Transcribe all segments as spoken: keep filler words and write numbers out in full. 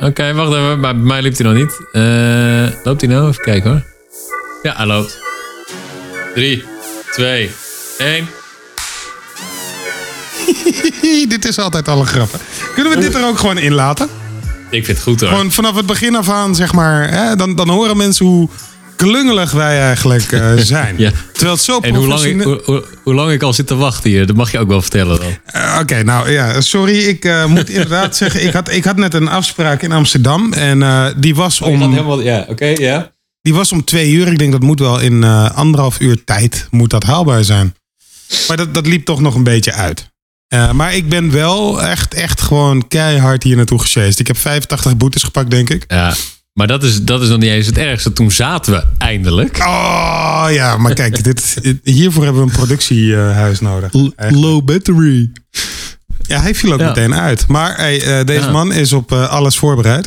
Oké, okay, wacht even. Maar bij mij liep hij nog niet. Uh, loopt hij nou? Even kijken hoor. Ja, hij loopt. Drie, twee, één. Dit is altijd alle grappen. Kunnen we dit er ook gewoon in laten? Ik vind het goed hoor. Gewoon vanaf het begin af aan, zeg maar. Hè, dan, dan horen mensen hoe klungelig wij eigenlijk uh, zijn. Ja. Terwijl het zo en hoe lang, ik, hoe, hoe, hoe lang ik al zit te wachten hier, dat mag je ook wel vertellen dan. Uh, Oké, okay, nou ja, sorry. Ik uh, moet inderdaad zeggen, ik had, ik had net een afspraak in Amsterdam. En uh, die was om... Oh, helemaal, ja, oké, okay, ja. Yeah. Die was om twee uur. Ik denk dat moet wel in uh, anderhalf uur tijd moet dat haalbaar zijn. Maar dat, dat liep toch nog een beetje uit. Uh, maar ik ben wel echt, echt gewoon keihard hier naartoe gesjeest. Ik heb vijfentachtig boetes gepakt, denk ik. Ja, maar dat is, dat is nog niet eens het ergste. Toen zaten we eindelijk. Oh ja, maar kijk, dit, hiervoor hebben we een productiehuis nodig. Eigenlijk. Low battery. Ja, hij viel ook ja. meteen uit. Maar hey, uh, deze ja. man is op uh, alles voorbereid.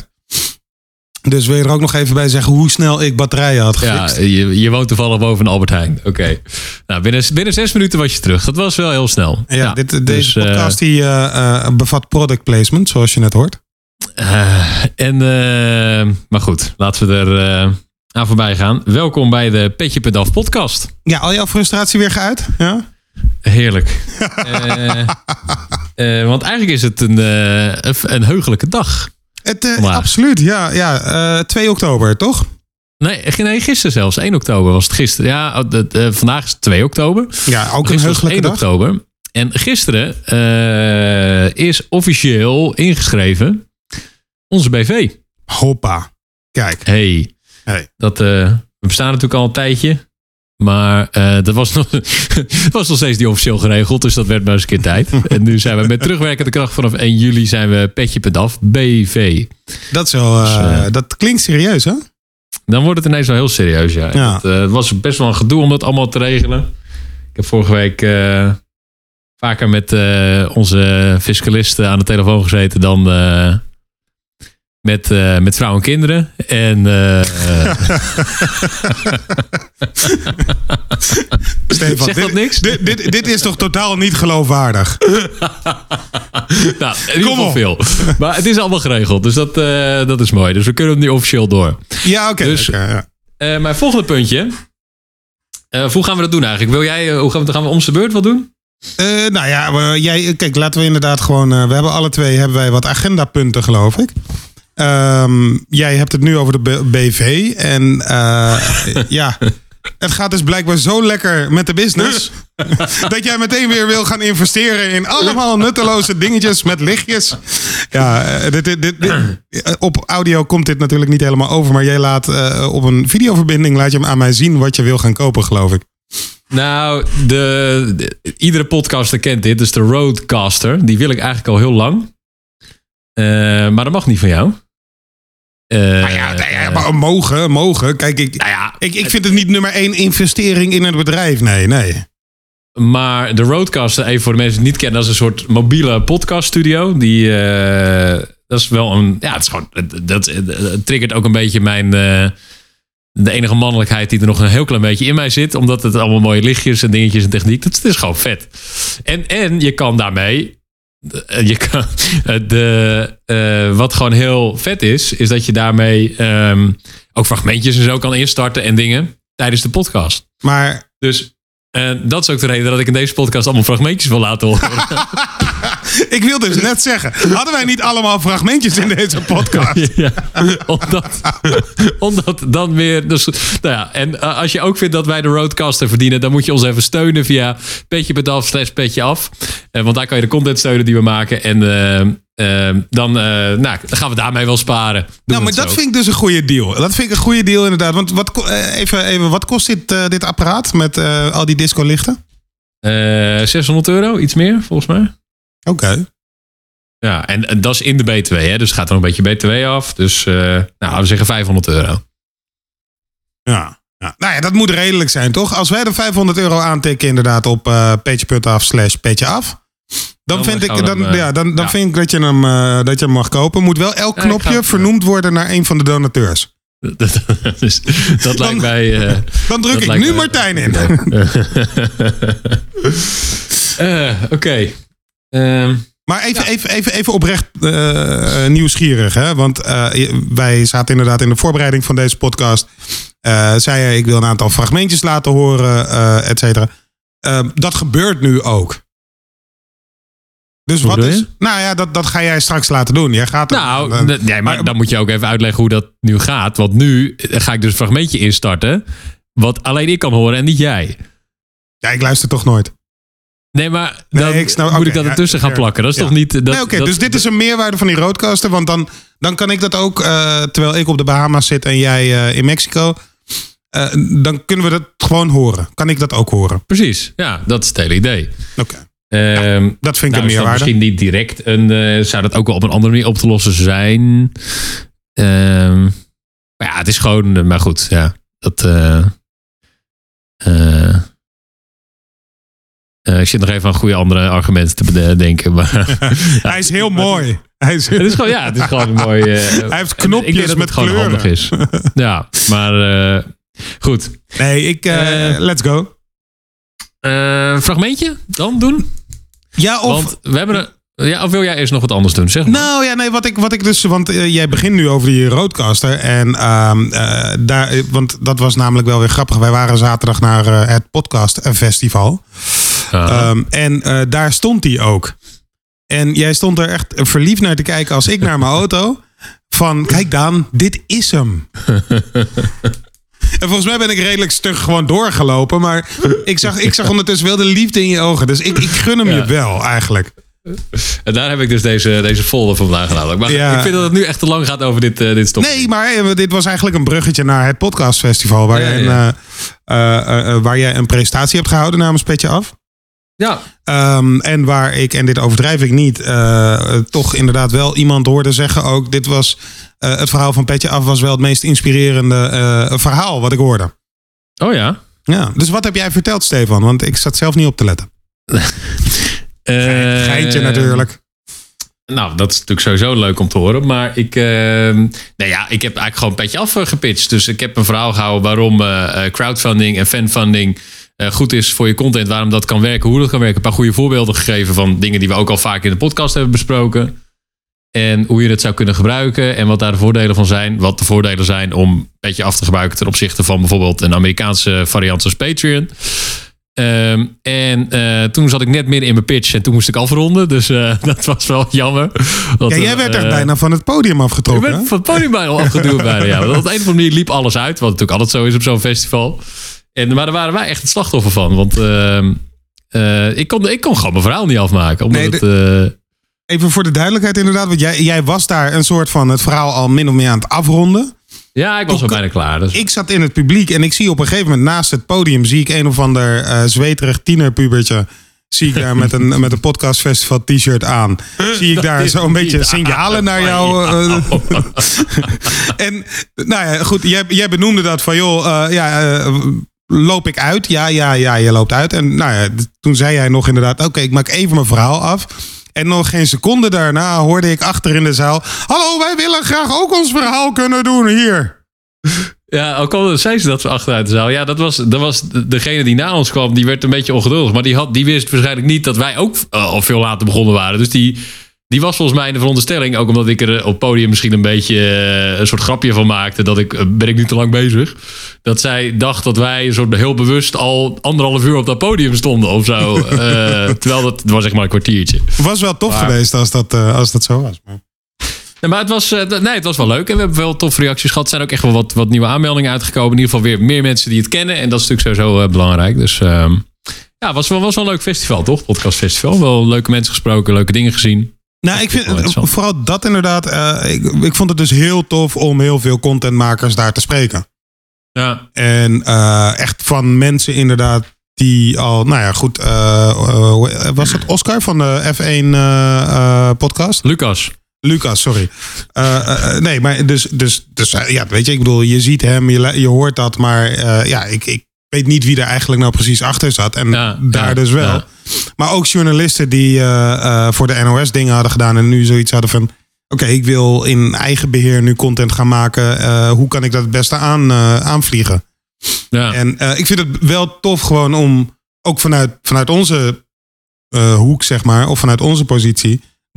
Dus wil je er ook nog even bij zeggen hoe snel ik batterijen had gefixt? Ja, je, je woont toevallig boven een Albert Heijn. Oké. Okay. Nou, binnen, binnen zes minuten was je terug. Dat was wel heel snel. Ja, ja dit, deze dus, podcast die, uh, uh, bevat product placement, zoals je net hoort. Uh, en, uh, maar goed, laten we er uh, aan voorbij gaan. Welkom bij de Petje punt af podcast. Ja, al jouw frustratie weer geuit? Ja? Heerlijk. uh, uh, want eigenlijk is het een, uh, een heugelijke dag. Het, uh, absoluut, ja. ja uh, twee oktober, toch? Nee, nee, gisteren zelfs. één oktober was het gisteren. Ja, uh, uh, vandaag is het twee oktober. Ja, ook een heugelijke dag. één oktober. En gisteren uh, is officieel ingeschreven onze B V. Hoppa. Kijk. Hey. hey. Dat, uh, we bestaan natuurlijk al een tijdje. Maar uh, dat was nog, was nog steeds niet officieel geregeld. Dus dat werd maar eens een keer tijd. En nu zijn we met terugwerkende kracht vanaf één juli zijn we Petje punt af B V. Dat is wel, uh, dus, uh, dat klinkt serieus, hè? Dan wordt het ineens wel heel serieus, ja. ja. Het uh, was best wel een gedoe om dat allemaal te regelen. Ik heb vorige week uh, vaker met uh, onze fiscalisten aan de telefoon gezeten dan... Uh, Met, uh, met vrouwen en kinderen. En. Uh, Stefan, zeg dat niks? Dit, dit, dit is toch totaal niet geloofwaardig? Nou, in ieder geval veel. Maar het is allemaal geregeld. Dus dat, uh, dat is mooi. Dus we kunnen hem nu officieel door. Ja, oké. Okay, dus, okay, ja. uh, mijn volgende puntje. Uh, hoe gaan we dat doen eigenlijk? Wil jij, uh, hoe gaan we, gaan we om de beurt wat doen? Uh, nou ja, we, jij, kijk, laten we inderdaad gewoon. Uh, we hebben alle twee hebben wij wat agendapunten, geloof ik. Um, jij hebt het nu over de B V. En uh, ja, het gaat dus blijkbaar zo lekker met de business. Dat jij meteen weer wil gaan investeren in allemaal nutteloze dingetjes met lichtjes. Ja, dit, dit, dit, dit, op audio komt dit natuurlijk niet helemaal over. Maar jij laat uh, op een videoverbinding laat je hem aan mij zien wat je wil gaan kopen, geloof ik. Nou, de, de, iedere podcaster kent dit. Dus de Rodecaster. Die wil ik eigenlijk al heel lang. Uh, maar dat mag niet van jou. Uh, nou ja, nou ja, maar mogen, mogen. Kijk, ik, nou ja, ik, ik vind het niet nummer één investering in het bedrijf. Nee, nee. Maar de Rodecaster, even voor de mensen die het niet kennen, dat is een soort mobiele podcaststudio. Die, uh, dat is wel een, ja, het is gewoon, dat, dat, dat triggert ook een beetje mijn, uh, de enige mannelijkheid die er nog een heel klein beetje in mij zit. Omdat het allemaal mooie lichtjes en dingetjes en techniek, dat, dat is gewoon vet. En, en je kan daarmee... Je kan, de, uh, wat gewoon heel vet is, is dat je daarmee um, ook fragmentjes en zo kan instarten en dingen tijdens de podcast. Maar dus uh, dat is ook de reden dat ik in deze podcast allemaal fragmentjes wil laten horen. Ik wil dus net zeggen, hadden wij niet allemaal fragmentjes in deze podcast? Ja, omdat, omdat dan weer... Dus, nou ja, en uh, als je ook vindt dat wij de Rodecaster verdienen, dan moet je ons even steunen via petje punt af slash petje af. Uh, want daar kan je de content steunen die we maken. En uh, uh, dan, uh, nou, dan gaan we daarmee wel sparen. Doen nou, maar dat zo. Vind ik dus een goede deal. Dat vind ik een goede deal inderdaad. Want wat, uh, even, even, wat kost dit, uh, dit apparaat met uh, al die disco-lichten? Uh, zeshonderd euro, iets meer volgens mij. Oké. Okay. Ja, en, en dat is in de B T W, hè? Dus gaat er een beetje B T W af. Dus, uh, nou, laten we zeggen vijfhonderd euro. Ja. ja. Nou ja, dat moet redelijk zijn, toch? Als wij de vijfhonderd euro aantikken inderdaad op uh, petje punt af slash petje af. Dan, dan vind ik, dan, hem, uh, ja, dan, dan ja. vind ik dat je hem, uh, dat je hem mag kopen. Moet wel elk knopje ja, vernoemd worden naar een van de donateurs. Dat, dus, dat dan, lijkt mij... Uh, dan druk ik nu mij, Martijn in. uh, Oké. Okay. Um, Maar even, Ja. even, even, even oprecht uh, nieuwsgierig. Hè? Want uh, wij zaten inderdaad in de voorbereiding van deze podcast. Uh, zei je, ik wil een aantal fragmentjes laten horen, uh, et cetera. Uh, dat gebeurt nu ook. Dus Hoe wat bedoel is... je? Nou ja, dat, dat ga jij straks laten doen. Jij gaat er- Nou, uh, d- nee, maar, maar- dan moet je ook even uitleggen hoe dat nu gaat. Want nu ga ik dus een fragmentje instarten. Wat alleen ik kan horen en niet jij. Ja, ik luister toch nooit. Nee, maar Nee, dan ik snap- moet oké, ik dat ja, ertussen gaan fair. plakken. Dat is Ja. toch niet... Dat, Nee, oké, dat- dus dit is een meerwaarde van die roadcaster. Want dan, dan kan ik dat ook, uh, terwijl ik op de Bahama's zit en jij uh, in Mexico. Uh, dan kunnen we dat gewoon horen. Kan ik dat ook horen? Precies, ja, dat is het hele idee. Oké, Ehm dat vind ik nou, een is dat meerwaarde. misschien niet direct. Een, eh, zou dat ook wel op een andere manier op te lossen zijn? Ehm, maar ja, het is gewoon... eh, Maar goed, ja. Dat... eh eh, eh, ik zit nog even aan goede andere argumenten te bedenken. Maar Hij is heel mooi. Hij, is, het is gewoon, ja, het is gewoon een mooi... eh, hij heeft en ik denk knopjes dat met het gewoon kleuren. handig is. Ja, maar uh, goed. Nee, ik, uh, Uh, let's go. Uh, fragmentje dan doen? Ja, of... Want we hebben een... Ja, of wil jij eerst nog wat anders doen? Zeg maar. Nou ja, nee, wat ik, wat ik dus... Want uh, jij begint nu over die roadcaster. En uh, uh, daar... Want dat was namelijk wel weer grappig. Wij waren zaterdag naar uh, het podcast festival. Uh-huh. Um, en uh, daar stond hij ook. En jij stond er echt verliefd naar te kijken als ik naar mijn auto. Van, kijk Daan, dit is hem. En volgens mij ben ik redelijk stug gewoon doorgelopen. Maar ik zag, ik zag ondertussen wel de liefde in je ogen. Dus ik, ik gun hem Ja. je wel, eigenlijk. En daar heb ik dus deze, deze folder van vandaan gehaald. Maar Ja. ik vind dat het nu echt te lang gaat over dit, uh, dit stop. Nee, maar eh, dit was eigenlijk een bruggetje naar het podcastfestival. Waar, Ja, jij, ja. Een, uh, uh, uh, waar jij een presentatie hebt gehouden namens Petje Af. Ja, Um, en waar ik, en dit overdrijf ik niet, uh, toch inderdaad wel iemand hoorde zeggen ook. Dit was, uh, het verhaal van Petje Af was wel het meest inspirerende uh, verhaal wat ik hoorde. oh ja. Ja, dus wat heb jij verteld, Stefan? Want ik zat zelf niet op te letten. Uh, Geintje natuurlijk. Nou, dat is natuurlijk sowieso leuk om te horen. Maar ik, uh, nou ja, ik heb eigenlijk gewoon een Petje Af uh, gepitcht. Dus ik heb een verhaal gehouden waarom uh, crowdfunding en fanfunding uh, goed is voor je content. Waarom dat kan werken, hoe dat kan werken. Een paar goede voorbeelden gegeven van dingen die we ook al vaak in de podcast hebben besproken. En hoe je het zou kunnen gebruiken en wat daar de voordelen van zijn. Wat de voordelen zijn om Petje Af te gebruiken ten opzichte van bijvoorbeeld een Amerikaanse variant zoals Patreon. Um, en uh, toen zat ik net midden in mijn pitch en toen moest ik afronden. Dus uh, dat was wel jammer. Want, Ja, jij werd uh, echt bijna van het podium Ik afgetrokken. ben hè? van het podium bijna al afgeduwd bijna. Ja. Want op de een of andere manier liep alles uit. Wat natuurlijk altijd zo is op zo'n festival. En, maar daar waren wij echt het slachtoffer van. Want uh, uh, ik, kon, ik kon gewoon mijn verhaal niet afmaken. Omdat Nee, het... Uh, Even voor de duidelijkheid inderdaad. Want jij, jij was daar een soort van het verhaal al min of meer aan het afronden. ja, ik was Ik- al bijna klaar. Dus. Ik zat in het publiek en ik zie op een gegeven moment naast het podium zie ik een of ander uh, zweterig tienerpubertje. Zie ik daar met een, met een podcastfestival t-shirt aan. Zie ik Dat daar is zo'n beetje niet signalen naar jou. Uh, en nou ja, goed, jij, jij benoemde dat van joh, uh, ja, uh, loop ik uit? Ja, ja, ja, je loopt uit. En nou ja, d- toen zei hij nog inderdaad, oké, ik maak even mijn verhaal af. En nog geen seconde daarna hoorde ik achter in de zaal, hallo, wij willen graag ook ons verhaal kunnen doen hier. Ja, ook al zei ze dat ze achteruit de zaal. Ja, dat was, dat was degene die na ons kwam. Die werd een beetje ongeduldig. Maar die, had, die wist waarschijnlijk niet dat wij ook uh, al veel later begonnen waren. Dus die, die was volgens mij in de veronderstelling. Ook omdat ik er op het podium misschien een beetje uh, een soort grapje van maakte. Dat ik, uh, ben ik nu te lang bezig. Dat zij dacht dat wij een soort heel bewust al anderhalf uur op dat podium stonden of zo. Uh, terwijl dat, dat was zeg maar een kwartiertje. Was wel tof Maar- geweest als dat, uh, als dat zo was. Maar... Ja, maar het was, uh, nee, het was wel leuk. En we hebben veel toffe reacties gehad. Er zijn ook echt wel wat, wat nieuwe aanmeldingen uitgekomen. In ieder geval weer meer mensen die het kennen. En dat is natuurlijk sowieso uh, belangrijk. Dus uh, ja, het was wel, was wel een leuk festival, toch? Podcastfestival. Wel leuke mensen gesproken, leuke dingen gezien. Nou, ik wel vind interessant. vooral dat inderdaad. Uh, ik, ik vond het dus heel tof om heel veel contentmakers daar te spreken. Ja, En uh, echt van mensen inderdaad die al, nou ja, goed. Uh, uh, was het Oscar van de F één uh, uh, podcast? Lucas. Lucas, sorry. Uh, uh, nee, maar dus, dus, dus uh, ja, weet je, ik bedoel, je ziet hem, je, je hoort dat, maar uh, ja, ik, ik weet niet wie er eigenlijk nou precies achter zat. En Ja, daar ja, dus wel. ja. Maar ook journalisten die uh, uh, voor de N O S dingen hadden gedaan en nu zoiets hadden van, oké, okay, ik wil in eigen beheer nu content gaan maken. Uh, hoe kan ik dat het beste aan, uh, aanvliegen? Ja. En uh, ik vind het wel tof gewoon om, ook vanuit, vanuit onze uh, hoek, zeg maar, of vanuit onze positie,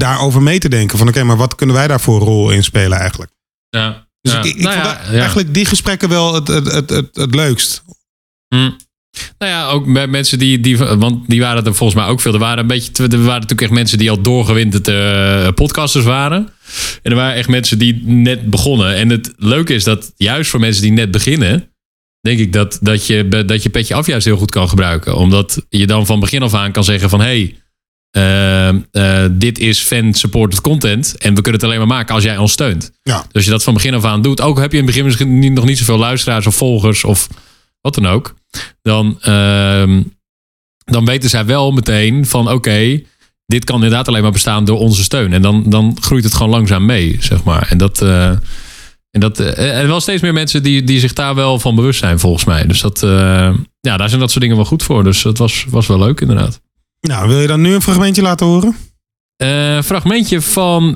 daarover mee te denken. Van oké, okay, maar wat kunnen wij daar voor rol in spelen eigenlijk? Ja. Dus ja. ik, ik nou vond ja, eigenlijk ja. die gesprekken wel het, het, het, het, het leukst. Hm. Nou ja, ook bij mensen die, die... Want die waren er volgens mij ook veel. Er waren een beetje... Er waren natuurlijk echt mensen die al doorgewinterde uh, podcasters waren. En er waren echt mensen die net begonnen. En het leuke is dat juist voor mensen die net beginnen... denk ik dat, dat, je, dat je Petje Af juist heel goed kan gebruiken. Omdat je dan van begin af aan kan zeggen van... hey, uh, uh, dit is fan-supported content. En we kunnen het alleen maar maken als jij ons steunt. Ja. Dus als je dat van begin af aan doet... ook heb je in het begin misschien niet, nog niet zoveel luisteraars of volgers... of wat dan ook... dan, uh, dan weten zij wel meteen van... oké, okay, dit kan inderdaad alleen maar bestaan door onze steun. En dan, dan groeit het gewoon langzaam mee, zeg maar. En dat... Uh, En dat uh, er wel steeds meer mensen die, die zich daar wel van bewust zijn, volgens mij. Dus dat, uh, ja, daar zijn dat soort dingen wel goed voor. Dus dat was, was wel leuk, inderdaad. Nou, wil je dan nu een fragmentje laten horen? Uh, fragmentje van...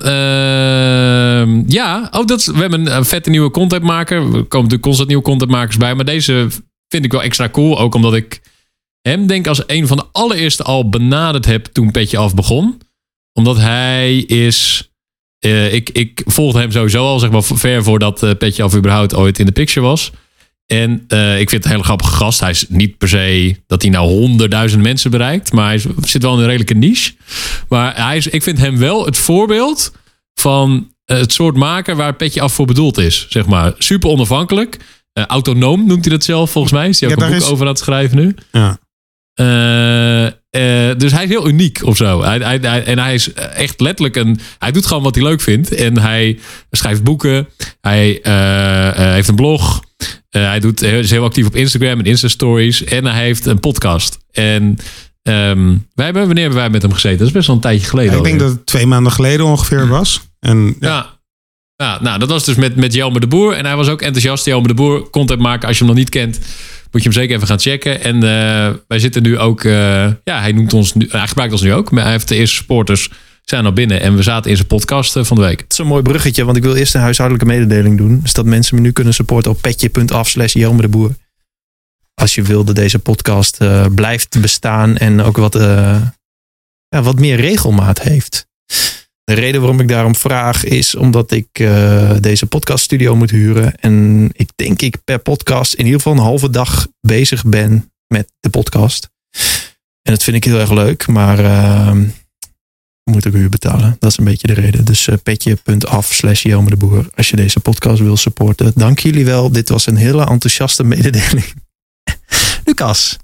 Uh, ja, oh, dat is, we hebben een vette nieuwe contentmaker. Er komen natuurlijk constant nieuwe contentmakers bij. Maar deze vind ik wel extra cool. Ook omdat ik hem denk als een van de allereerste al benaderd heb toen Petje Af begon. Omdat hij is... Uh, ik, ik volgde hem sowieso al, zeg maar, ver voordat uh, Petje Af überhaupt ooit in de picture was. En uh, ik vind het een hele grappige gast. Hij is niet per se dat hij nou honderdduizenden mensen bereikt. Maar hij is, zit wel in een redelijke niche. Maar hij is, ik vind hem wel het voorbeeld van uh, het soort maker waar Petje Af voor bedoeld is. Zeg maar, super onafhankelijk. Uh, autonoom noemt hij dat zelf, volgens mij. Is hij ook ja, een boek is... over aan het schrijven nu. Ja. Uh, uh, dus hij is heel uniek of zo. Hij, hij, hij, en hij is echt letterlijk een... Hij doet gewoon wat hij leuk vindt. En hij schrijft boeken. Hij uh, uh, heeft een blog. Uh, hij doet, is heel actief op Instagram en Insta-stories. En hij heeft een podcast. En um, wij hebben, wanneer hebben wij met hem gezeten? Dat is best wel een tijdje geleden. Ja, ik denk dat het twee maanden geleden ongeveer was. En, ja. ja. Ja, nou, dat was dus met, met Jelmer de Boer. En hij was ook enthousiast. Jelmer de Boer, content maken. Als je hem nog niet kent, moet je hem zeker even gaan checken. En uh, wij zitten nu ook... Uh, ja, hij noemt ons nu... Hij gebruikt ons nu ook. Maar hij heeft de eerste supporters zijn al binnen. En we zaten in zijn podcast uh, van de week. Het is een mooi bruggetje. Want ik wil eerst een huishoudelijke mededeling doen. Dus dat mensen me nu kunnen supporten op petje.af slash Jelmer de Boer. Als je wil dat deze podcast uh, blijft bestaan. En ook wat, uh, ja, wat meer regelmaat heeft. De reden waarom ik daarom vraag is omdat ik uh, deze podcaststudio moet huren. En ik denk ik per podcast in ieder geval een halve dag bezig ben met de podcast. En dat vind ik heel erg leuk, maar uh, moet ik huur betalen. Dat is een beetje de reden. Dus uh, petje.af slash Jelmer de Boer als je deze podcast wil supporten. Dank jullie wel. Dit was een hele enthousiaste mededeling. Lucas.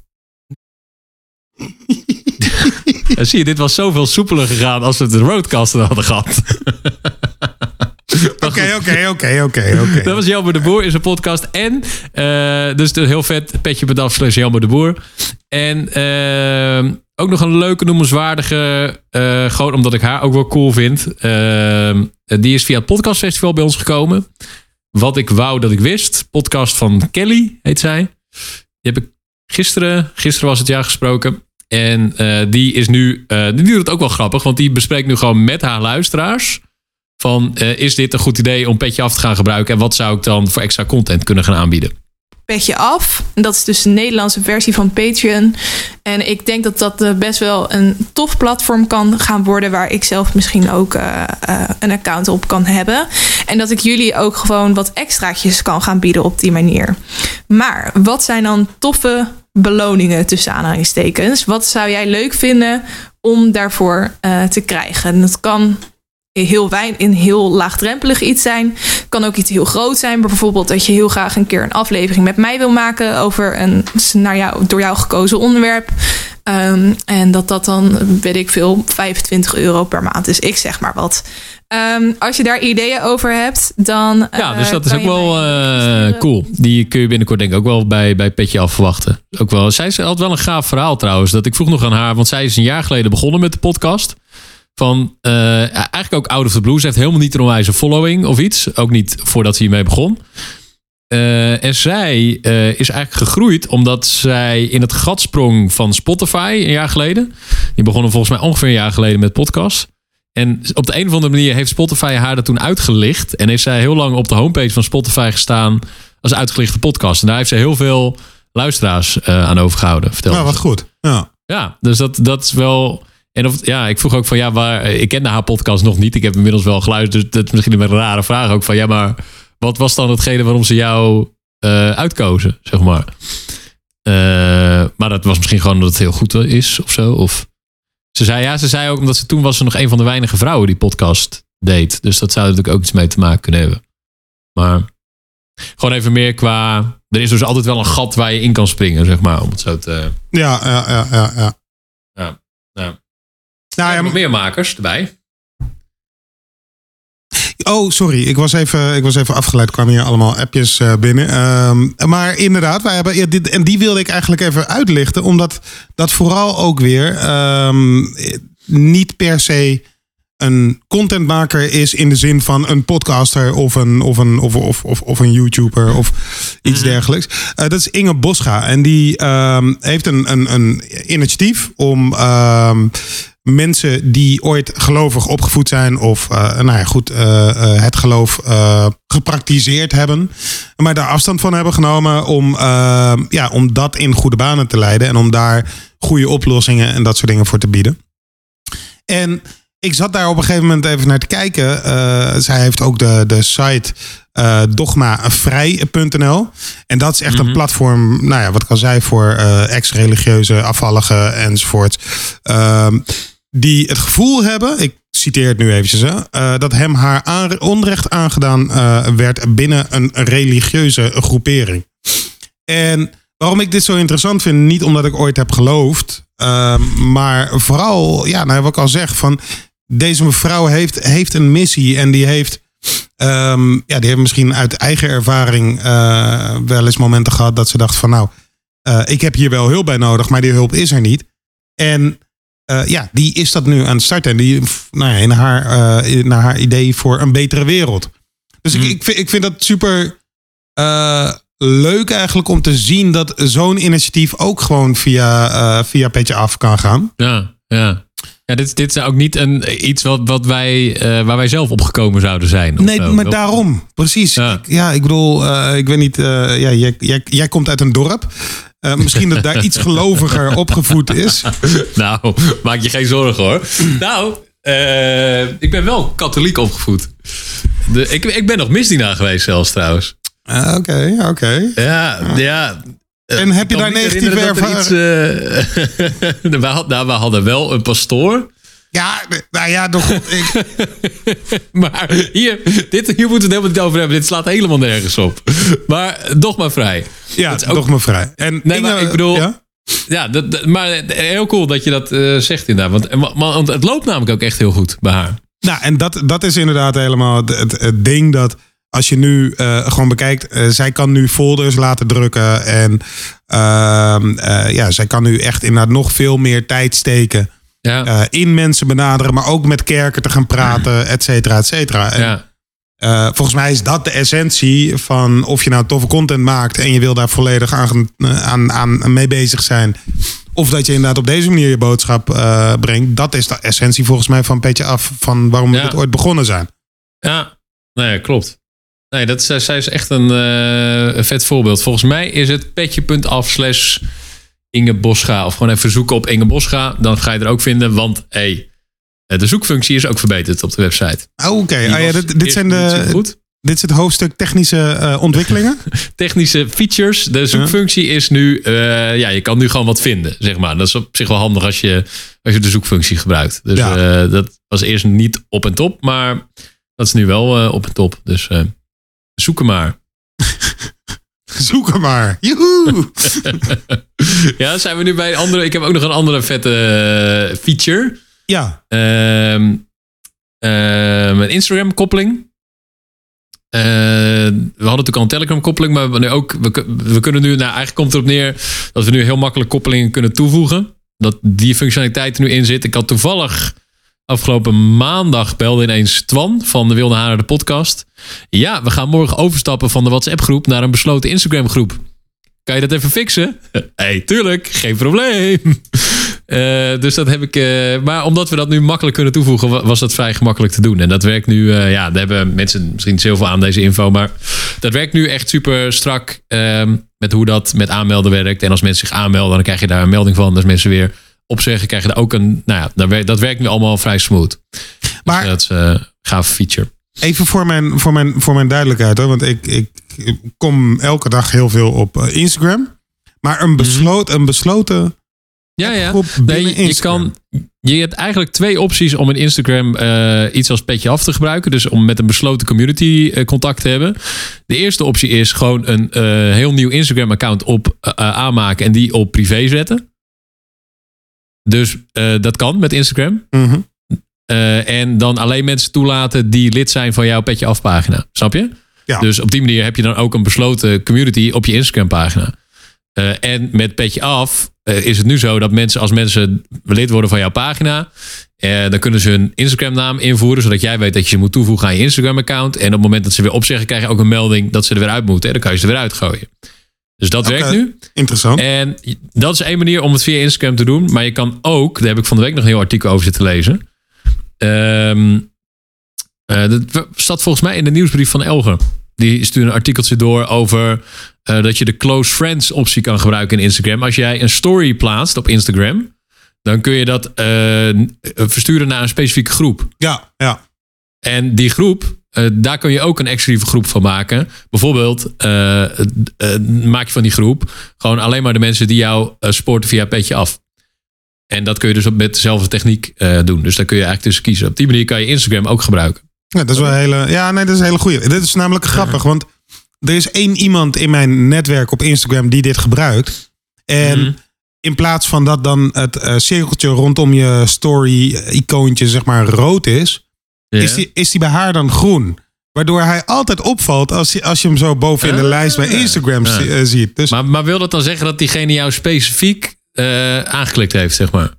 Ja, zie je, dit was zoveel soepeler gegaan als we de roadcaster hadden gehad. Oké, oké, oké, oké. Dat was Jelmer de Boer in zijn podcast. En, uh, dus heel vet, petje.af slash Jelmer de Boer. En uh, ook nog een leuke, noemenswaardige, uh, gewoon omdat ik haar ook wel cool vind. Uh, die is via het podcastfestival bij ons gekomen. Wat ik wou dat ik wist. Podcast van Kelly, heet zij. Die heb ik gisteren, gisteren was het jaar gesproken. En uh, die is nu, uh, die doet het ook wel grappig, want die bespreekt nu gewoon met haar luisteraars van uh, is dit een goed idee om Petje Af te gaan gebruiken en wat zou ik dan voor extra content kunnen gaan aanbieden? Petje Af, dat is dus de Nederlandse versie van Patreon. En ik denk dat dat best wel een tof platform kan gaan worden waar ik zelf misschien ook uh, uh, een account op kan hebben. En dat ik jullie ook gewoon wat extraatjes kan gaan bieden op die manier. Maar wat zijn dan toffe beloningen tussen aanhalingstekens? Wat zou jij leuk vinden om daarvoor uh, te krijgen? En dat kan heel wijn, in heel laagdrempelig iets zijn. Kan ook iets heel groot zijn. Bijvoorbeeld dat je heel graag een keer een aflevering met mij wil maken over een naar jou, door jou gekozen onderwerp. Um, en dat dat dan, weet ik veel, vijfentwintig euro per maand is. Ik zeg maar wat. Um, als je daar ideeën over hebt, dan... Ja, dus dat uh, is ook wel uh, cool. Die kun je binnenkort denk ik ook wel bij, bij Petje Af verwachten. Ook wel, zij had wel een gaaf verhaal trouwens. Dat ik vroeg nog aan haar, want zij is een jaar geleden begonnen met de podcast. Van, uh, eigenlijk ook out of the blue. Ze heeft helemaal niet een onwijze following of iets. Ook niet voordat ze hiermee begon. Uh, en zij uh, is eigenlijk gegroeid omdat zij in het gat sprong van Spotify een jaar geleden. Die begonnen volgens mij ongeveer een jaar geleden met podcast. En op de een of andere manier heeft Spotify haar er toen uitgelicht. En heeft zij heel lang op de homepage van Spotify gestaan als uitgelichte podcast. En daar heeft zij heel veel luisteraars uh, aan overgehouden. Nou, wat goed. Ja, ja dus dat, dat is wel... En of, ja, ik vroeg ook van, ja, waar, ik kende haar podcast nog niet. Ik heb inmiddels wel geluisterd, dus dat is misschien een rare vraag ook van, ja, maar wat was dan hetgene waarom ze jou uh, uitkozen, zeg maar? Uh, maar dat was misschien gewoon dat het heel goed is of zo. Of ze zei, ja, ze zei ook omdat ze toen was ze nog een van de weinige vrouwen die podcast deed. Dus dat zou natuurlijk ook iets mee te maken kunnen hebben. Maar gewoon even meer qua, er is dus altijd wel een gat waar je in kan springen, zeg maar, om het zo te. Ja, ja, ja, ja, ja. Ja, ja. Nou, ja, nog meer makers erbij. Oh, sorry. Ik was even, ik was even afgeleid. Er kwamen hier allemaal appjes uh, binnen. Um, maar inderdaad, wij hebben, ja, dit, en die wilde ik eigenlijk even uitlichten. Omdat dat vooral ook weer um, niet per se een contentmaker is in de zin van een podcaster of een, of een, of, of, of, of een YouTuber of iets mm-hmm. dergelijks. Uh, dat is Inge Boscha. En die um, heeft een, een, een initiatief om Um, mensen die ooit gelovig opgevoed zijn of uh, nou ja, goed, uh, uh, het geloof uh, gepraktiseerd hebben, maar daar afstand van hebben genomen om, uh, ja, om dat in goede banen te leiden en om daar goede oplossingen en dat soort dingen voor te bieden. En ik zat daar op een gegeven moment even naar te kijken. Uh, zij heeft ook de, de site uh, dogmavrij punt n l. En dat is echt mm-hmm. een platform, nou ja, wat ik al zei, voor uh, ex-religieuze afvalligen enzovoort. Uh, die het gevoel hebben, ik citeer het nu eventjes, hè, uh, dat hem haar aan, onrecht aangedaan uh, werd binnen een religieuze groepering. En waarom ik dit zo interessant vind, niet omdat ik ooit heb geloofd, uh, maar vooral, ja, nou, wat ik al zeg, van deze mevrouw heeft, heeft een missie en die heeft, um, ja, die heeft misschien uit eigen ervaring uh, wel eens momenten gehad dat ze dacht van, nou, uh, ik heb hier wel hulp bij nodig, maar die hulp is er niet. En uh, ja, die is dat nu aan het starten en die, nou ja, in haar, uh, in, naar haar idee voor een betere wereld. Dus mm. ik, ik, vind, ik vind dat super Uh, leuk eigenlijk om te zien dat zo'n initiatief ook gewoon via, uh, via Petje Af kan gaan. Ja, ja. Ja, dit, dit is ook niet een, iets wat, wat wij, uh, waar wij zelf opgekomen zouden zijn. Nee, zo. Maar daarom. Precies. Ja, ik, ja ik bedoel, uh, ik weet niet, uh, ja, jij, jij, jij komt uit een dorp. Uh, misschien dat daar iets geloviger opgevoed is. Nou, maak je geen zorgen hoor. Nou, uh, ik ben wel katholiek opgevoed. De, ik, ik ben nog misdienaar geweest zelfs trouwens. Oké, uh, oké. Okay, okay. Ja, ja. En heb je daar negatieve ervaring? Uh, we, had, nou, we hadden wel een pastoor. Ja, nou ja, toch. Ik... maar hier, dit, hier moeten we het helemaal niet over hebben. Dit slaat helemaal nergens op. Maar dogmavrij. Ja, ook... dogmavrij. En nee, Inge, maar ik bedoel, ja, ja dat, dat, maar heel cool dat je dat uh, zegt inderdaad. Want, want het loopt namelijk ook echt heel goed bij haar. Nou, en dat, dat is inderdaad helemaal het, het, het ding dat als je nu uh, gewoon bekijkt, uh, zij kan nu folders laten drukken. En uh, uh, ja, zij kan nu echt inderdaad nog veel meer tijd steken. Ja. Uh, in mensen benaderen, maar ook met kerken te gaan praten, et cetera, et cetera. En, ja. uh, volgens mij is dat de essentie van of je nou toffe content maakt en je wil daar volledig aan, aan, aan mee bezig zijn. Of dat je inderdaad op deze manier je boodschap uh, brengt. Dat is de essentie volgens mij van Petje Af, van waarom we ja. dit ooit begonnen zijn. Ja, nee, klopt. Nee, dat is, zij is echt een, uh, een vet voorbeeld. Volgens mij is het petje.af slash Inge Boscha. Of gewoon even zoeken op Inge Boscha. Dan ga je er ook vinden. Want hey, de zoekfunctie is ook verbeterd op de website. Oh, oké. Okay. Ah, ja, dit, dit zijn de. Goed. Dit is het hoofdstuk technische uh, ontwikkelingen. Technische features. De zoekfunctie is nu, uh, ja, je kan nu gewoon wat vinden, zeg maar. Dat is op zich wel handig als je, als je de zoekfunctie gebruikt. Dus ja. uh, dat was eerst niet op en top, maar dat is nu wel uh, op en top. Dus uh, zoek hem maar. Zoek hem maar. Joehoe! Ja, zijn we nu bij een andere. Ik heb ook nog een andere vette uh, feature. Ja. Uh, uh, met Instagram koppeling. Uh, we hadden natuurlijk al een Telegram koppeling, maar nu ook, we, we kunnen nu, nou eigenlijk komt het erop neer dat we nu heel makkelijk koppelingen kunnen toevoegen. Dat die functionaliteit er nu in zit. Ik had toevallig afgelopen maandag belde ineens Twan van de Wilde Haren de podcast. Ja, we gaan morgen overstappen van de WhatsApp groep naar een besloten Instagram groep. Kan je dat even fixen? Hey, tuurlijk, geen probleem. Uh, dus dat heb ik. Uh, maar omdat we dat nu makkelijk kunnen toevoegen, was dat vrij gemakkelijk te doen. En dat werkt nu. Uh, ja, daar hebben mensen misschien niet zoveel aan deze info. Maar dat werkt nu echt super strak. Uh, met hoe dat met aanmelden werkt. En als mensen zich aanmelden, dan krijg je daar een melding van. Als mensen weer opzeggen, krijg je daar ook een... Nou ja, dat werkt, dat werkt nu allemaal vrij smooth. Maar, dus dat is een uh, gaaf feature. Even voor mijn, voor mijn, voor mijn duidelijkheid, hoor, want ik, ik kom elke dag heel veel op Instagram. Maar een, besloot, een besloten ja, ja. groep nee, binnen je, kan, je hebt eigenlijk twee opties om in Instagram uh, iets als petje af te gebruiken. Dus om met een besloten community uh, contact te hebben. De eerste optie is gewoon een uh, heel nieuw Instagram account op uh, aanmaken en die op privé zetten. Dus uh, dat kan met Instagram. Mm-hmm. Uh, en dan alleen mensen toelaten die lid zijn van jouw petje af pagina. Snap je? Ja. Dus op die manier heb je dan ook een besloten community op je Instagram pagina. Uh, en met petje af uh, is het nu zo dat mensen, als mensen lid worden van jouw pagina, uh, dan kunnen ze hun Instagram naam invoeren, zodat jij weet dat je ze moet toevoegen aan je Instagram account. En op het moment dat ze weer opzeggen, krijg je ook een melding dat ze er weer uit moeten. En dan kan je ze er weer uitgooien. Dus dat okay. werkt nu. Interessant. En dat is één manier om het via Instagram te doen. Maar je kan ook, daar heb ik van de week nog een heel artikel over zitten lezen. Um, uh, dat staat volgens mij in de nieuwsbrief van Elger. Die stuurde een artikeltje door over uh, dat je de close friends optie kan gebruiken in Instagram. Als jij een story plaatst op Instagram, dan kun je dat uh, versturen naar een specifieke groep. Ja, ja. En die groep, uh, daar kun je ook een exclusieve groep van maken. Bijvoorbeeld uh, uh, maak je van die groep gewoon alleen maar de mensen die jou uh, sporten via petje af. En dat kun je dus met dezelfde techniek uh, doen. Dus daar kun je eigenlijk tussen kiezen. Op die manier kan je Instagram ook gebruiken. Ja, dat is wel een hele, ja, nee, dat is een hele goeie. Dit is namelijk grappig, want er is één iemand in mijn netwerk op Instagram die dit gebruikt. En mm-hmm. in plaats van dat dan het uh, cirkeltje rondom je story-icoontje zeg maar rood is, yeah. is, die, is die bij haar dan groen. Waardoor hij altijd opvalt als je, als je hem zo boven in de ah, lijst bij Instagram ja. uh, ziet. Dus, maar, maar wil dat dan zeggen dat diegene jou specifiek uh, aangeklikt heeft, zeg maar?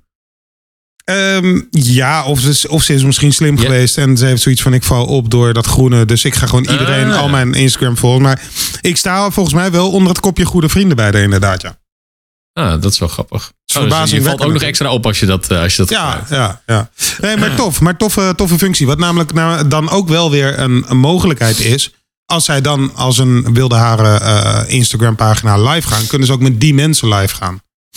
Um, ja, of ze, of ze is misschien slim yeah. geweest en ze heeft zoiets van ik val op door dat groene. Dus ik ga gewoon iedereen ah, al mijn Instagram volgen. Maar ik sta volgens mij wel onder het kopje goede vrienden bij de inderdaad, ja. Ah, dat is wel grappig. Oh, dus je valt ook nog extra op als je dat, uh, als je dat ja, gebruikt. Ja, ja. Nee, maar tof. Maar toffe, toffe functie. Wat namelijk nou, dan ook wel weer een, een mogelijkheid is. Als zij dan als een wilde haren uh, Instagram pagina live gaan, kunnen ze ook met die mensen live gaan.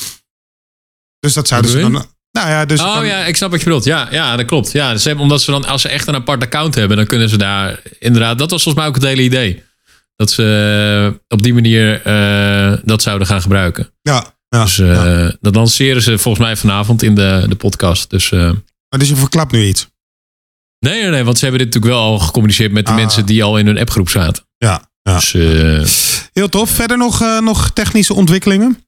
Dus dat zouden ze dan... Nou ja, dus oh dan, ja, ik snap wat je bedoelt. Ja, ja dat klopt. Ja, dus hebben, omdat ze dan, als ze echt een apart account hebben, dan kunnen ze daar inderdaad... Dat was volgens mij ook het hele idee. Dat ze uh, op die manier uh, dat zouden gaan gebruiken. Ja. Ja, dus uh, ja. dat lanceren ze volgens mij vanavond in de, de podcast. Dus, uh... maar dus je verklapt nu iets? Nee, nee, nee, want ze hebben dit natuurlijk wel al gecommuniceerd met de ah. mensen die al in hun appgroep zaten. Ja, ja. Dus, uh... heel tof. Verder nog, uh, nog technische ontwikkelingen?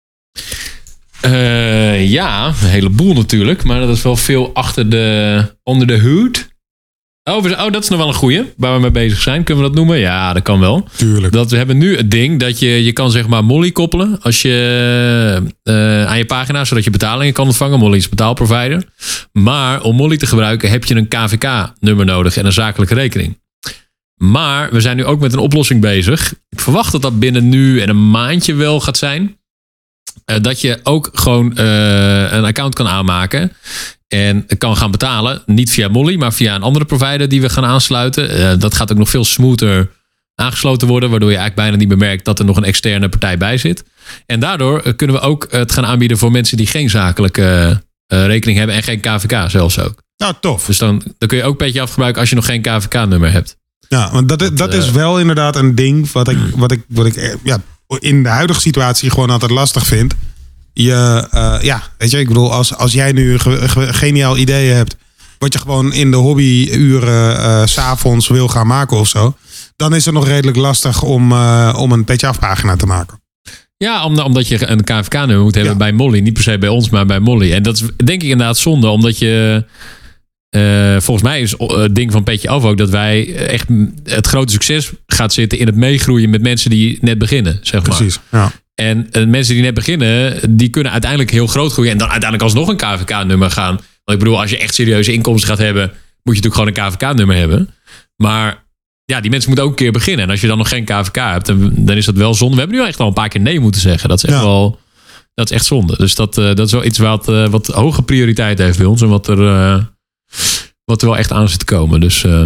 Uh, ja, een heleboel natuurlijk. Maar dat is wel veel achter de, onder de hood. Oh, oh, dat is nog wel een goeie waar we mee bezig zijn. Kunnen we dat noemen? Ja, dat kan wel. Tuurlijk. Dat we hebben nu het ding dat je, je kan zeg maar Molly koppelen als je, uh, aan je pagina, zodat je betalingen kan ontvangen. Molly is een betaalprovider. Maar om Molly te gebruiken heb je een K V K-nummer nodig en een zakelijke rekening. Maar we zijn nu ook met een oplossing bezig. Ik verwacht dat dat binnen nu en een maandje wel gaat zijn. Uh, dat je ook gewoon uh, een account kan aanmaken. En kan gaan betalen. Niet via Molly, maar via een andere provider die we gaan aansluiten. Uh, dat gaat ook nog veel smoother aangesloten worden. Waardoor je eigenlijk bijna niet meer merkt dat er nog een externe partij bij zit. En daardoor uh, kunnen we ook het gaan aanbieden voor mensen die geen zakelijke uh, rekening hebben. En geen K V K zelfs ook. Nou, tof. Dus dan, dan kun je ook petje afgebruiken als je nog geen K V K-nummer hebt. Ja, want dat, dat, dat uh, is wel inderdaad een ding wat ik, wat ik, wat ik ja, in de huidige situatie gewoon altijd lastig vind. Je, uh, ja, weet je, ik bedoel, als, als jij nu een ge, ge, geniaal idee hebt, wat je gewoon in de hobbyuren uh, 's avonds wil gaan maken of zo, dan is het nog redelijk lastig om, uh, om een petje afpagina te maken. Ja, omdat je een K V K-nummer moet hebben ja. bij Molly. Niet per se bij ons, maar bij Molly. En dat is denk ik inderdaad zonde, omdat je... Uh, volgens mij is het ding van Petje Af ook dat wij echt het grote succes gaat zitten in het meegroeien met mensen die net beginnen, zeg maar. Precies, ja. En uh, mensen die net beginnen, die kunnen uiteindelijk heel groot groeien en dan uiteindelijk alsnog een K V K-nummer gaan. Want ik bedoel, als je echt serieuze inkomsten gaat hebben, moet je natuurlijk gewoon een K V K-nummer hebben. Maar ja, die mensen moeten ook een keer beginnen. En als je dan nog geen K V K hebt, dan, dan is dat wel zonde. We hebben nu echt al een paar keer nee moeten zeggen. Dat is echt ja. wel, dat is echt zonde. Dus dat, uh, dat is wel iets wat, uh, wat hoge prioriteit heeft bij ons en wat er... Uh, Wat er wel echt aan zit te komen. Dus uh,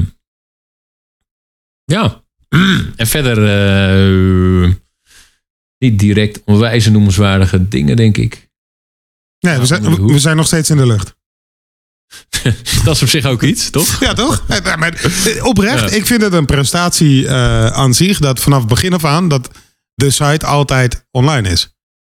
ja. En verder uh, niet direct onwijze noemenswaardige dingen, denk ik. Nee, we zijn, we zijn nog steeds in de lucht. Dat is op zich ook iets, toch? Ja, toch? Ja, maar oprecht, ja. Ik vind het een prestatie uh, aan zich... dat vanaf het begin af aan... dat de site altijd online is.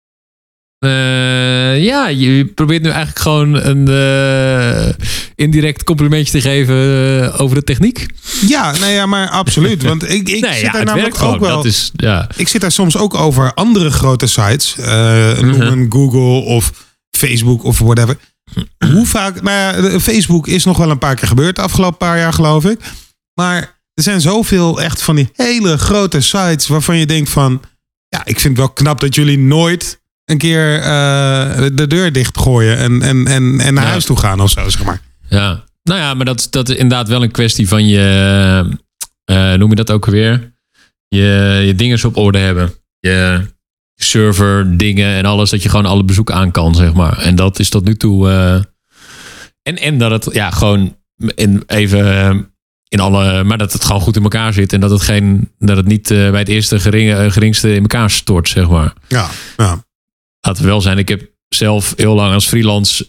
Uh, ja, je probeert nu eigenlijk gewoon een uh, indirect complimentje te geven uh, over de techniek. Ja, nee, ja, maar absoluut. Want ik, ik nee, zit ja, daar namelijk gewoon. ook wel. Dat is, ja. Ik zit daar soms ook over andere grote sites. Uh, noem uh-huh. een Google of Facebook of whatever. Hoe vaak... Nou ja, Facebook is nog wel een paar keer gebeurd de afgelopen paar jaar, geloof ik. Maar er zijn zoveel echt van die hele grote sites... waarvan je denkt van... Ja, ik vind het wel knap dat jullie nooit... een keer uh, de deur dichtgooien en, en, en, en naar ja. huis toe gaan of zo, zeg maar. Ja, nou ja, maar dat, dat is inderdaad wel een kwestie van je... Uh, noem je dat ook weer? Je, je dingen op orde hebben. Je server, dingen en alles. Dat je gewoon alle bezoek aan kan, zeg maar. En dat is tot nu toe... Uh, en, en dat het ja, gewoon in, even... In alle, maar dat het gewoon goed in elkaar zit. En dat het, geen, dat het niet uh, bij het eerste geringe, geringste in elkaar stort, zeg maar. Ja, ja. Laten we wel zijn, ik heb zelf heel lang als freelance,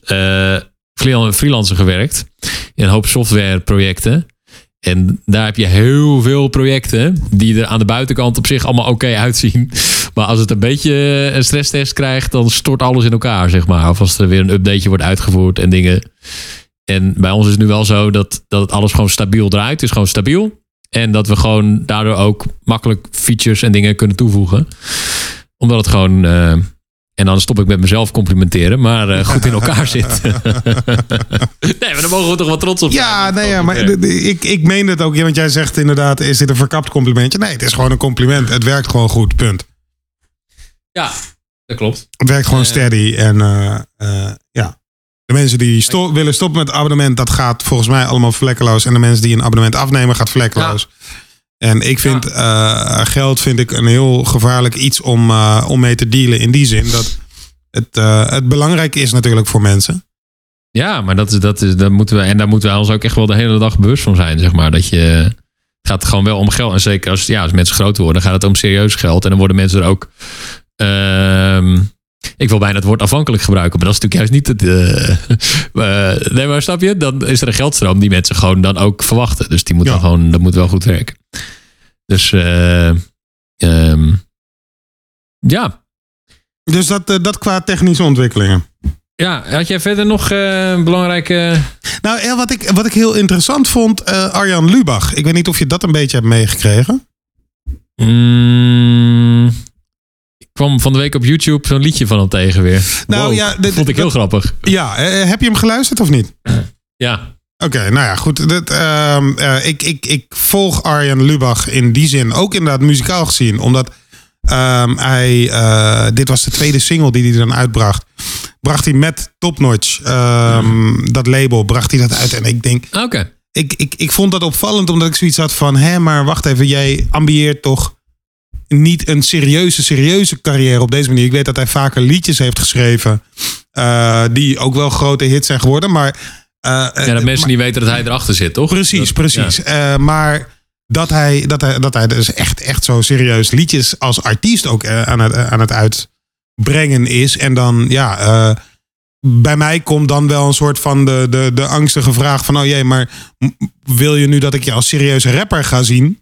uh, freelancer gewerkt. In een hoop softwareprojecten. En daar heb je heel veel projecten die er aan de buitenkant op zich allemaal oké okay uitzien. Maar als het een beetje een stresstest krijgt, dan stort alles in elkaar, zeg maar. Of als er weer een updateje wordt uitgevoerd en dingen. En bij ons is het nu wel zo dat, dat het alles gewoon stabiel draait. Het is gewoon stabiel. En dat we gewoon daardoor ook makkelijk features en dingen kunnen toevoegen. Omdat het gewoon... Uh, en dan stop ik met mezelf complimenteren, maar uh, goed in elkaar zit. Nee, maar daar mogen we toch wel trots op zijn. Ja, nee, ja, maar ik, ik meen het ook. Want jij zegt inderdaad, is dit een verkapt complimentje? Nee, het is gewoon een compliment. Het werkt gewoon goed, punt. Ja, dat klopt. Het werkt gewoon uh, steady. En uh, uh, ja, de mensen die sto- willen stoppen met het abonnement, dat gaat volgens mij allemaal vlekkeloos. En de mensen die een abonnement afnemen, gaat vlekkeloos. Ja. En ik vind ja. uh, geld vind ik een heel gevaarlijk iets om, uh, om mee te dealen. In die zin dat het, uh, het belangrijk is natuurlijk voor mensen. Ja, maar dat is, dat is, dat moeten we, en daar moeten we ons ook echt wel de hele dag bewust van zijn. Zeg maar. Dat je, het gaat gewoon wel om geld. En zeker als, ja, als mensen groter worden, dan gaat het om serieus geld. En dan worden mensen er ook... Uh, ik wil bijna het woord afhankelijk gebruiken, maar dat is natuurlijk juist niet het... Uh, uh, nee, maar snap je? Dan is er een geldstroom die mensen gewoon dan ook verwachten. Dus die moet ja. dan gewoon, dat moet wel goed werken. Dus uh, um, ja. Dus dat, uh, dat qua technische ontwikkelingen. Ja, had jij verder nog uh, belangrijke... Nou, ja, wat, ik, wat ik heel interessant vond, uh, Arjan Lubach. Ik weet niet of je dat een beetje hebt meegekregen. Mm, ik kwam van de week op YouTube zo'n liedje van hem tegen weer. Nou, wow, ja, dit, dat vond ik heel dat, grappig. Ja, uh, heb je hem geluisterd of niet? Ja. Oké, okay, nou ja, goed. Dat, uh, uh, ik, ik, ik volg Arjan Lubach in die zin ook inderdaad muzikaal gezien. Omdat um, hij, uh, dit was de tweede single die hij dan uitbracht. Bracht hij met Top Notch, um, mm. dat label, bracht hij dat uit. En ik denk, Oké. Okay. ik, ik, ik vond dat opvallend omdat ik zoiets had van, hé, maar wacht even, jij ambieert toch niet een serieuze, serieuze carrière op deze manier. Ik weet dat hij vaker liedjes heeft geschreven, uh, die ook wel grote hits zijn geworden, maar... Uh, ja, dat mensen maar, niet weten dat hij erachter zit, toch? Precies, dat, precies. Ja. Uh, maar dat hij, dat, hij, dat hij dus echt, echt zo serieus liedjes als artiest ook uh, aan, het, uh, aan het uitbrengen is. En dan, ja, uh, bij mij komt dan wel een soort van de, de, de angstige vraag van, oh jee, maar wil je nu dat ik je als serieuze rapper ga zien?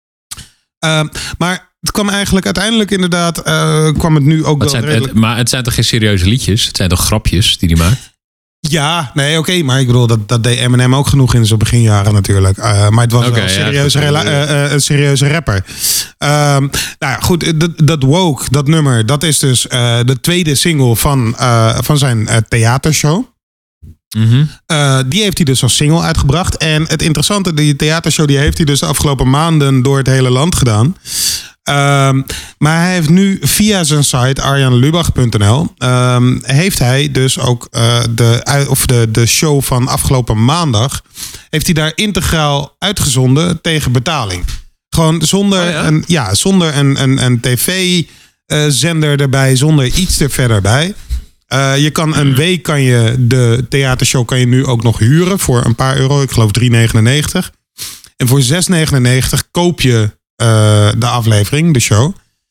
Uh, maar het kwam eigenlijk uiteindelijk inderdaad, uh, kwam het nu ook het wel zijn, redelijk... het, maar het zijn toch geen serieuze liedjes? Het zijn toch grapjes die hij maakt? Ja, nee, oké, okay, maar ik bedoel, dat, dat deed Eminem ook genoeg in zijn beginjaren natuurlijk. Uh, maar het was okay, wel een serieuze, ja, rela- uh, uh, een serieuze rapper. Uh, nou ja, goed, dat, dat Woke, dat nummer, dat is dus uh, de tweede single van, uh, van zijn uh, theatershow. Mm-hmm. Uh, die heeft hij dus als single uitgebracht. En het interessante, die theatershow, die heeft hij dus de afgelopen maanden door het hele land gedaan. Um, maar hij heeft nu via zijn site arjan lubach punt n l um, heeft hij dus ook uh, de, of de, de show van afgelopen maandag heeft hij daar integraal uitgezonden tegen betaling. Gewoon zonder, oh ja? een, ja, zonder een, een, een tv-zender uh, erbij, zonder iets er verder bij. Uh, je kan een week kan je de theatershow kan je nu ook nog huren voor een paar euro. Ik geloof drie negenennegentig. En voor zes negenennegentig koop je Uh, de aflevering, de show.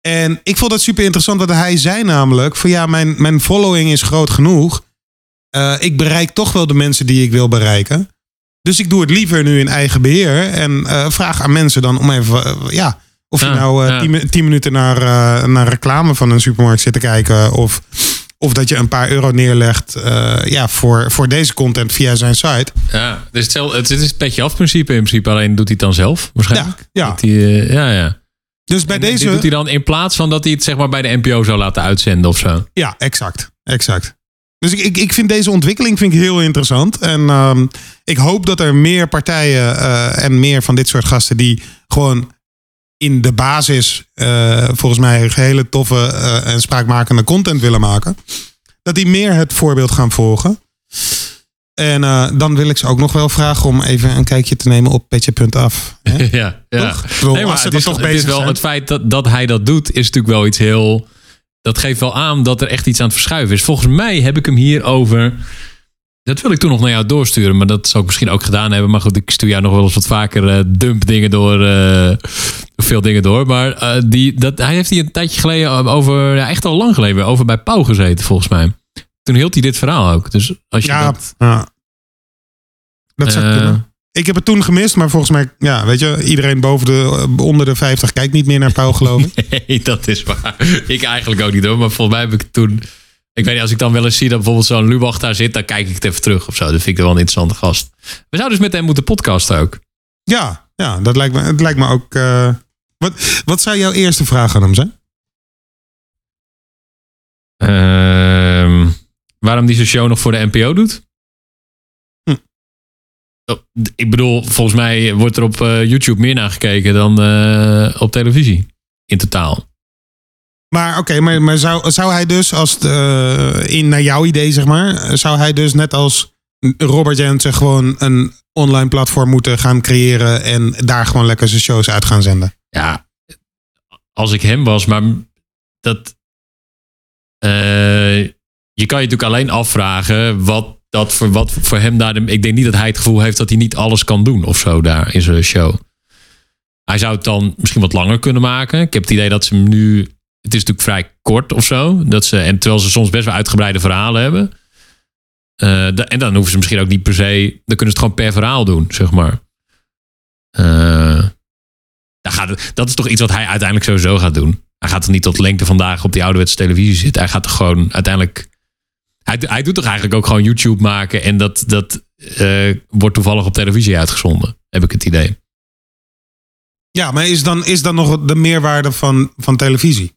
En ik vond dat super interessant wat hij zei namelijk. Van ja, mijn, mijn following is groot genoeg. Uh, ik bereik toch wel de mensen die ik wil bereiken. Dus ik doe het liever nu in eigen beheer. En uh, vraag aan mensen dan om even... Uh, ja, of je ja, nou uh, ja. tien, tien minuten naar, uh, naar reclame van een supermarkt zit te kijken. Of, of dat je een paar euro neerlegt uh, ja, voor, voor deze content via zijn site. Ja, dus het, het is het petje af principe in principe. Alleen doet hij het dan zelf waarschijnlijk. Ja, ja. Die, uh, ja, ja. Dus bij en deze... doet hij dan in plaats van dat hij het zeg maar bij de N P O zou laten uitzenden of zo? Ja, exact. exact. Dus ik, ik, ik vind deze ontwikkeling vind ik heel interessant. En um, ik hoop dat er meer partijen uh, en meer van dit soort gasten die gewoon in de basis uh, volgens mij hele toffe uh, en spraakmakende content willen maken. Dat die meer het voorbeeld gaan volgen. En uh, dan wil ik ze ook nog wel vragen om even een kijkje te nemen op petje punt af. Hè? Ja, ja. Bedoel, nee, maar het is, toch het is wel zijn. Het feit dat, dat hij dat doet is natuurlijk wel iets heel... Dat geeft wel aan dat er echt iets aan het verschuiven is. Volgens mij heb ik hem hier over... Dat wil ik toen nog naar jou doorsturen. Maar dat zou ik misschien ook gedaan hebben. Maar goed, ik stuur jou nog wel eens wat vaker uh, dump dingen door. Uh, veel dingen door. Maar uh, die, dat, hij heeft hier een tijdje geleden over... Ja, echt al lang geleden over bij Pauw gezeten volgens mij. Toen hield hij dit verhaal ook. Dus als je ja, dat... Ja. Dat zou uh, kunnen. Ik heb het toen gemist, maar volgens mij, ja, weet je, iedereen boven de, onder de vijftig kijkt niet meer naar Pauw, geloof ik. Nee, dat is waar. Ik eigenlijk ook niet hoor. Maar volgens mij heb ik het toen... Ik weet niet, als ik dan wel eens zie dat bijvoorbeeld zo'n Lubach daar zit, dan kijk ik het even terug of zo. Dat vind ik wel een interessante gast. We zouden dus met hem moeten podcasten ook. Ja, ja, dat lijkt me, het lijkt me ook... Uh... Wat, wat zou jouw eerste vraag aan hem zijn? Uh, waarom die zijn show nog voor de N P O doet? Hm. Ik bedoel, volgens mij wordt er op uh, YouTube meer naar gekeken dan uh, op televisie. In totaal. Maar oké, okay, maar, maar zou, zou hij dus, als het, uh, in naar jouw idee zeg maar, zou hij dus net als Robert Jensen gewoon een online platform moeten gaan creëren en daar gewoon lekker zijn shows uit gaan zenden? Ja, als ik hem was, maar dat... Uh, je kan je natuurlijk alleen afvragen wat dat voor, wat voor hem daar... De, ik denk niet dat hij het gevoel heeft dat hij niet alles kan doen of zo daar in zijn show. Hij zou het dan misschien wat langer kunnen maken. Ik heb het idee dat ze hem nu... Het is natuurlijk vrij kort of zo. Dat ze, en terwijl ze soms best wel uitgebreide verhalen hebben. Uh, da, en dan hoeven ze misschien ook niet per se... Dan kunnen ze het gewoon per verhaal doen, zeg maar. Uh, daar gaat het, dat is toch iets wat hij uiteindelijk sowieso gaat doen. Hij gaat er niet tot lengte vandaag op die ouderwetse televisie zitten. Hij gaat er gewoon uiteindelijk... Hij, hij doet toch eigenlijk ook gewoon YouTube maken. En dat, dat uh, wordt toevallig op televisie uitgezonden. Heb ik het idee. Ja, maar is dan, is dan nog de meerwaarde van, van televisie?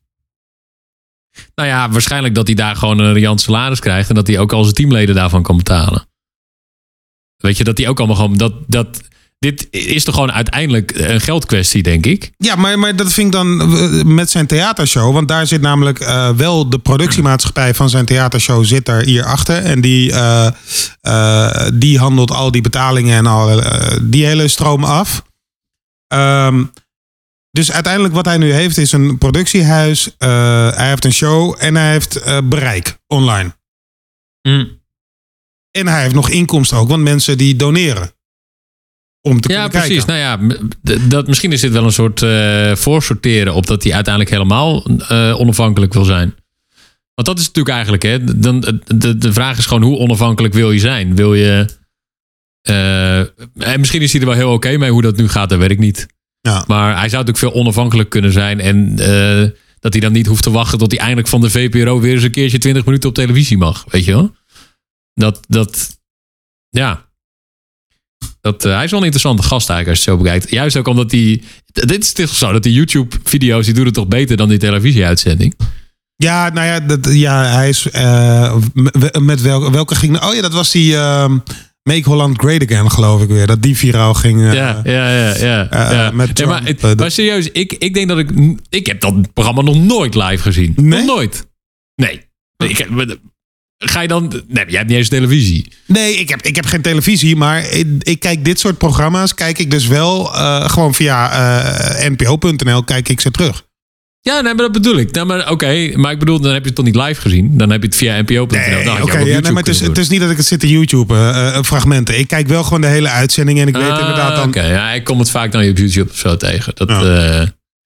Nou ja, waarschijnlijk dat hij daar gewoon een riant salaris krijgt. En dat hij ook al zijn teamleden daarvan kan betalen. Weet je, dat hij ook allemaal gewoon... Dat, dat, dit is toch gewoon uiteindelijk een geldkwestie, denk ik. Ja, maar, maar dat vind ik dan met zijn theatershow. Want daar zit namelijk uh, wel de productiemaatschappij van zijn theatershow zit er hierachter. En die, uh, uh, die handelt al die betalingen en al uh, die hele stroom af. Um, dus uiteindelijk wat hij nu heeft is een productiehuis. Uh, hij heeft een show en hij heeft uh, bereik online. Mm. En hij heeft nog inkomsten ook, want mensen die doneren. Om te ja, kunnen precies. kijken. Nou ja, dat, misschien is dit wel een soort uh, voorsorteren op dat hij uiteindelijk helemaal uh, onafhankelijk wil zijn. Want dat is natuurlijk eigenlijk, hè. Dan, de, de vraag is gewoon hoe onafhankelijk wil je zijn? Wil je... Uh, en misschien is hij er wel heel oké okay mee hoe dat nu gaat, dat weet ik niet. Ja. Maar hij zou natuurlijk veel onafhankelijk kunnen zijn. En uh, dat hij dan niet hoeft te wachten tot hij eindelijk van de V P R O weer eens een keertje twintig minuten op televisie mag. Weet je wel? Dat, dat, ja. Dat, uh, hij is wel een interessante gast eigenlijk als je het zo bekijkt. Juist ook omdat hij... Dit is toch zo, dat die YouTube-video's, die doen het toch beter dan die televisieuitzending? Ja, nou ja, dat, ja hij is... Uh, met welke, welke ging... Oh ja, dat was die... Uh, Make Holland Great Again, geloof ik weer. Dat die viraal ging. Uh, ja, ja, ja. ja, uh, ja. Met ja, maar, het, maar serieus, ik, ik denk dat ik... Ik heb dat programma nog nooit live gezien. Nee? Nog nooit. Nee. Ik, ga je dan... Nee, jij hebt niet eens televisie. Nee, ik heb, ik heb geen televisie. Maar ik, ik kijk dit soort programma's. Kijk ik dus wel uh, gewoon via uh, N P O punt N L kijk ik ze terug. Ja, nee, maar dat bedoel ik. Nou, oké, okay, maar ik bedoel, dan heb je het toch niet live gezien? Dan heb je het via N P O punt N L. Nee, oké, okay, ja, nee, maar het is, het is niet dat ik het zit te YouTube uh, fragmenten. Ik kijk wel gewoon de hele uitzending en ik weet uh, inderdaad dan... Oké, okay, ja, ik kom het vaak dan op YouTube of zo tegen. Dat, ja. uh,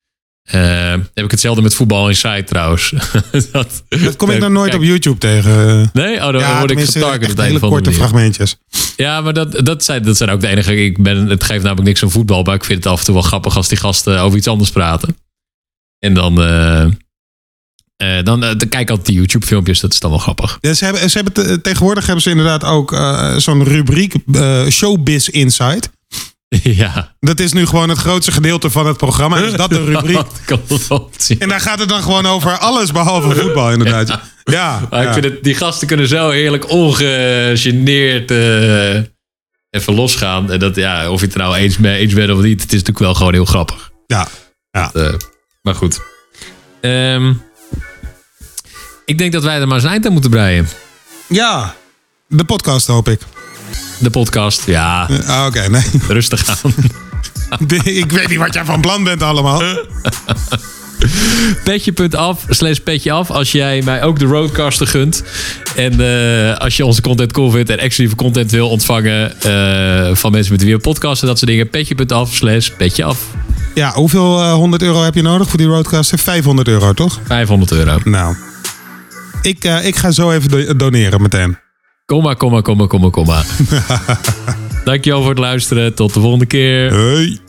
Uh, heb ik hetzelfde met Voetbal Inside trouwens. dat, dat kom ik uh, dan nooit kijk, op YouTube tegen. Nee? Oh, dan ja, word ik getarget op een hele van korte de fragmentjes. Ja, maar dat, dat, zijn, dat zijn ook de enige. Ik ben, het geeft namelijk niks aan voetbal, maar ik vind het af en toe wel grappig als die gasten over iets anders praten. En dan, uh, uh, dan, uh, dan kijk ik altijd die YouTube filmpjes, dat is dan wel grappig. Ja, ze hebben, ze hebben te, tegenwoordig hebben ze inderdaad ook uh, zo'n rubriek uh, Showbiz Insight. Ja. Dat is nu gewoon het grootste gedeelte van het programma. Is dat de rubriek? kan het wel zien. En daar gaat het dan gewoon over alles behalve voetbal, inderdaad. Ja, ja, maar ja. Ik vind het, die gasten kunnen zo heerlijk ongegeneerd uh, even losgaan. En dat, ja, of je het er nou eens, mee, eens bent of niet, het is natuurlijk wel gewoon heel grappig. Ja, ja. Dat, uh, maar goed. Um, ik denk dat wij er maar eens een eind aan moeten breien. Ja, de podcast hoop ik. De podcast, ja. Uh, Oké, okay, nee. Rustig aan. Ik weet niet wat jij van plan bent allemaal. Petje.af, slash petje af. Als jij mij ook de Roadcaster gunt. En uh, als je onze content cool vindt en exclusieve content wil ontvangen uh, van mensen met wie we podcasten, dat soort dingen. Petje.af, slash petje af. Ja, hoeveel uh, honderd euro heb je nodig voor die Roadcaster? vijfhonderd euro, toch? vijfhonderd euro. Nou, ik, uh, ik ga zo even do- doneren meteen. Kom maar, kom maar, kom maar, kom maar, kom maar. Dankjewel voor het luisteren. Tot de volgende keer. Hoi.